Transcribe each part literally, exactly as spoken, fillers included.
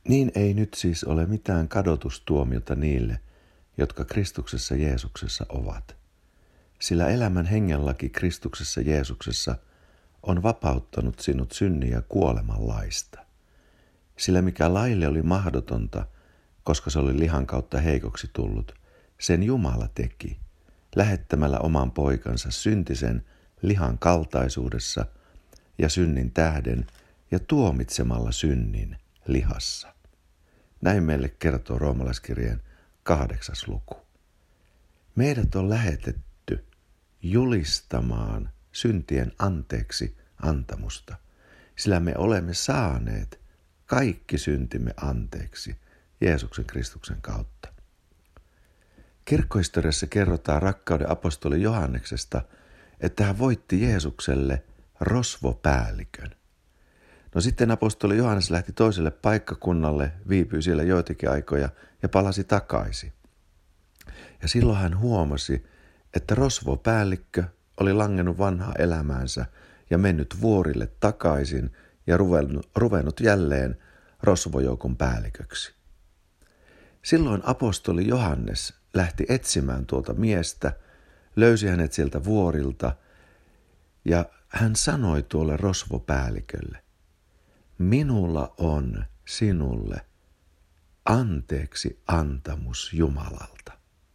Niin ei nyt siis ole mitään kadotustuomiota niille, jotka Kristuksessa Jeesuksessa ovat. Sillä elämän hengenlaki Kristuksessa Jeesuksessa on vapauttanut sinut synnin ja kuoleman laista. Sillä mikä laille oli mahdotonta, koska se oli lihan kautta heikoksi tullut, sen Jumala teki, lähettämällä oman poikansa syntisen lihan kaltaisuudessa ja synnin tähden ja tuomitsemalla synnin lihassa. Näin meille kertoo roomalaiskirjeen kahdeksas luku. Meidät on lähetetty julistamaan syntien anteeksi antamusta, sillä me olemme saaneet kaikki syntimme anteeksi Jeesuksen Kristuksen kautta. Kirkkohistoriassa kerrotaan rakkauden apostoli Johanneksesta, että hän voitti Jeesukselle rosvopäällikön. No sitten apostoli Johannes lähti toiselle paikkakunnalle, viipyi siellä joitakin aikoja ja palasi takaisin. Ja silloin hän huomasi, että rosvopäällikkö oli langennut vanhaa elämäänsä ja mennyt vuorille takaisin ja ruvennut jälleen rosvojoukon päälliköksi. Silloin apostoli Johannes lähti etsimään tuolta miestä, löysi hänet sieltä vuorilta ja hän sanoi tuolle rosvopäällikölle: minulla on sinulle anteeksi antamus Jumalalta.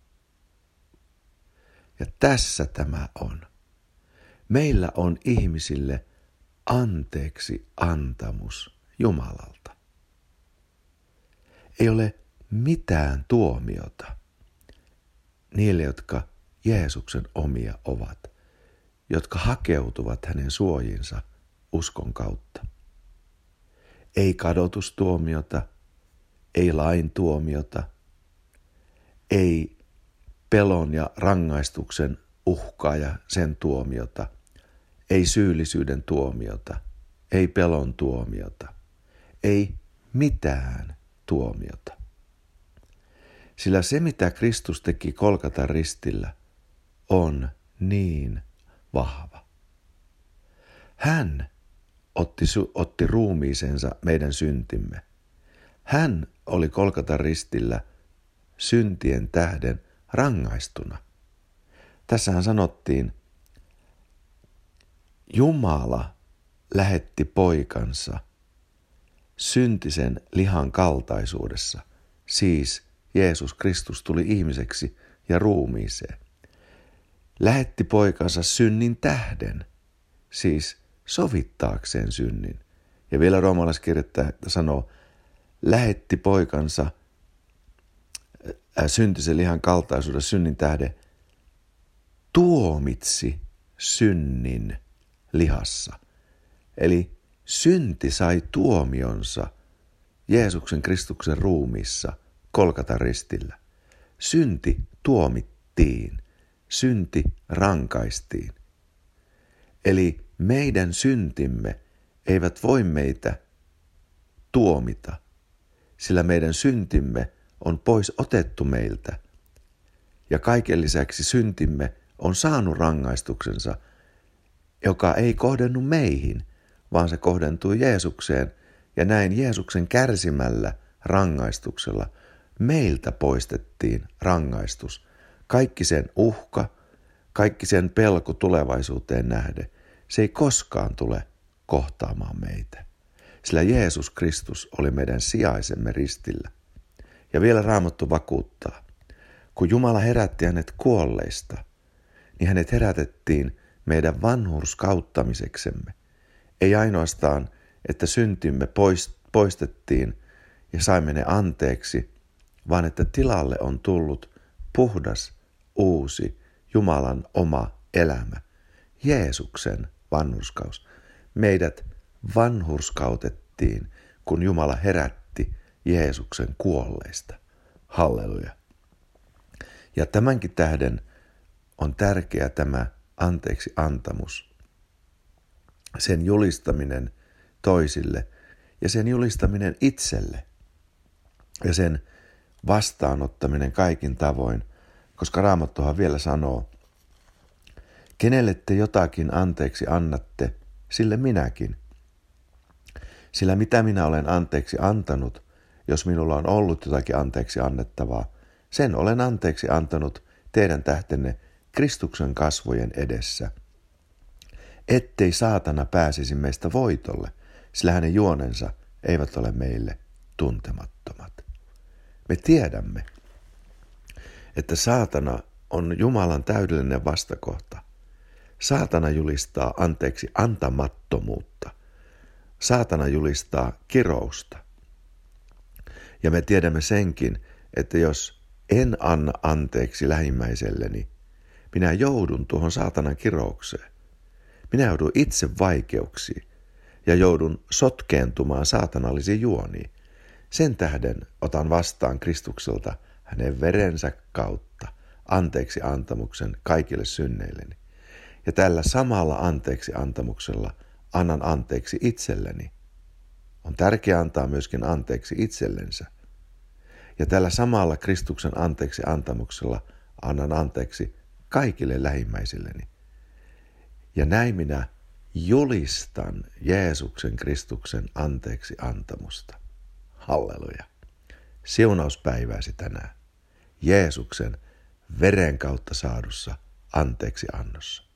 Ja tässä tämä on. Meillä on ihmisille anteeksi antamus Jumalalta. Ei ole mitään tuomiota niille, jotka Jeesuksen omia ovat, jotka hakeutuvat hänen suojinsa uskon kautta. Ei kadotustuomiota, ei lain tuomiota, ei pelon ja rangaistuksen uhkaa ja sen tuomiota, ei syyllisyyden tuomiota, ei pelon tuomiota, ei mitään tuomiota. Sillä se, mitä Kristus teki Golgatan ristillä, on niin vahva. Hän otti, otti ruumiisensa meidän syntimme. Hän oli Golgatan ristillä syntien tähden rangaistuna. Tässähän sanottiin, Jumala lähetti poikansa syntisen lihan kaltaisuudessa, siis Jeesus Kristus tuli ihmiseksi ja ruumiiseen. Lähetti poikansa synnin tähden, siis sovittaakseen synnin. Ja vielä roomalaiskirjoittaja sanoo, lähetti poikansa syntisen lihan kaltaisuudessa synnin tähden, tuomitsi synnin lihassa. Eli synti sai tuomionsa Jeesuksen Kristuksen ruumiissa Golgatan ristillä. Synti tuomittiin, synti rankaistiin. Eli meidän syntimme eivät voi meitä tuomita, sillä meidän syntimme on pois otettu meiltä. Ja kaiken lisäksi syntimme on saanut rangaistuksensa, joka ei kohdennu meihin, vaan se kohdentui Jeesukseen, ja näin Jeesuksen kärsimällä rangaistuksella meiltä poistettiin rangaistus. Kaikki sen uhka, kaikki sen pelko tulevaisuuteen nähden, se ei koskaan tule kohtaamaan meitä. Sillä Jeesus Kristus oli meidän sijaisemme ristillä. Ja vielä Raamattu vakuuttaa, kun Jumala herätti hänet kuolleista, niin hänet herätettiin meidän vanhurskauttamiseksemme. Ei ainoastaan, että syntimme poistettiin ja saimme ne anteeksi, vaan että tilalle on tullut puhdas, uusi, Jumalan oma elämä, Jeesuksen vanhurskaus. Meidät vanhurskautettiin, kun Jumala herätti Jeesuksen kuolleista. Halleluja. Ja tämänkin tähden on tärkeä tämä anteeksi antamus, sen julistaminen toisille ja sen julistaminen itselle ja sen vastaanottaminen kaikin tavoin, koska Raamattuhan vielä sanoo, kenelle te jotakin anteeksi annatte, sille minäkin. Sillä mitä minä olen anteeksi antanut, jos minulla on ollut jotakin anteeksi annettavaa, sen olen anteeksi antanut teidän tähtenne Kristuksen kasvojen edessä, ettei saatana pääsisi meistä voitolle, sillä hänen juonensa eivät ole meille tuntemattomat. Me tiedämme, että saatana on Jumalan täydellinen vastakohta. Saatana julistaa anteeksi antamattomuutta. Saatana julistaa kirousta. Ja me tiedämme senkin, että jos en anna anteeksi lähimmäiselleni, minä joudun tuohon saatanan kiroukseen. Minä joudun itse vaikeuksiin ja joudun sotkeentumaan saatanallisiin juoniin. Sen tähden otan vastaan Kristukselta hänen verensä kautta anteeksi antamuksen kaikille synneilleni. Ja tällä samalla anteeksi antamuksella annan anteeksi itselleni. On tärkeää antaa myöskin anteeksi itsellensä. Ja tällä samalla Kristuksen anteeksi antamuksella annan anteeksi kaikille lähimmäisilleni. Ja näin minä julistan Jeesuksen Kristuksen anteeksi antamusta. Halleluja. Siunauspäivääsi tänään Jeesuksen veren kautta saadussa anteeksi annossa.